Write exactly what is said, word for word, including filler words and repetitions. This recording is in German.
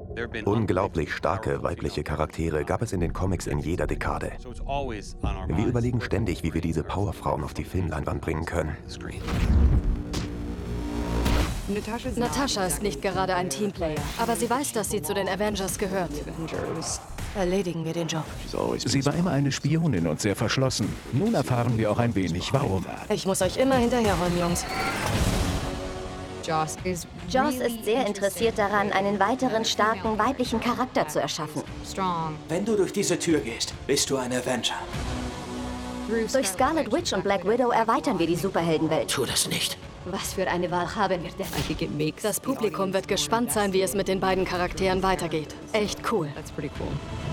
Unglaublich starke weibliche Charaktere gab es in den Comics in jeder Dekade. Wir überlegen ständig, wie wir diese Powerfrauen auf die Filmleinwand bringen können. Natascha ist nicht gerade ein Teamplayer, aber sie weiß, dass sie zu den Avengers gehört. Erledigen wir den Job. Sie war immer eine Spionin und sehr verschlossen. Nun erfahren wir auch ein wenig, warum. Ich muss euch immer hinterherräumen, Jungs. Joss ist sehr interessiert daran, einen weiteren starken weiblichen Charakter zu erschaffen. Wenn du durch diese Tür gehst, bist du ein Avenger. Durch Scarlet Witch und Black Widow erweitern wir die Superheldenwelt. Tu das nicht. Was für eine Wahl haben wir denn? Das Publikum wird gespannt sein, wie es mit den beiden Charakteren weitergeht. Echt cool.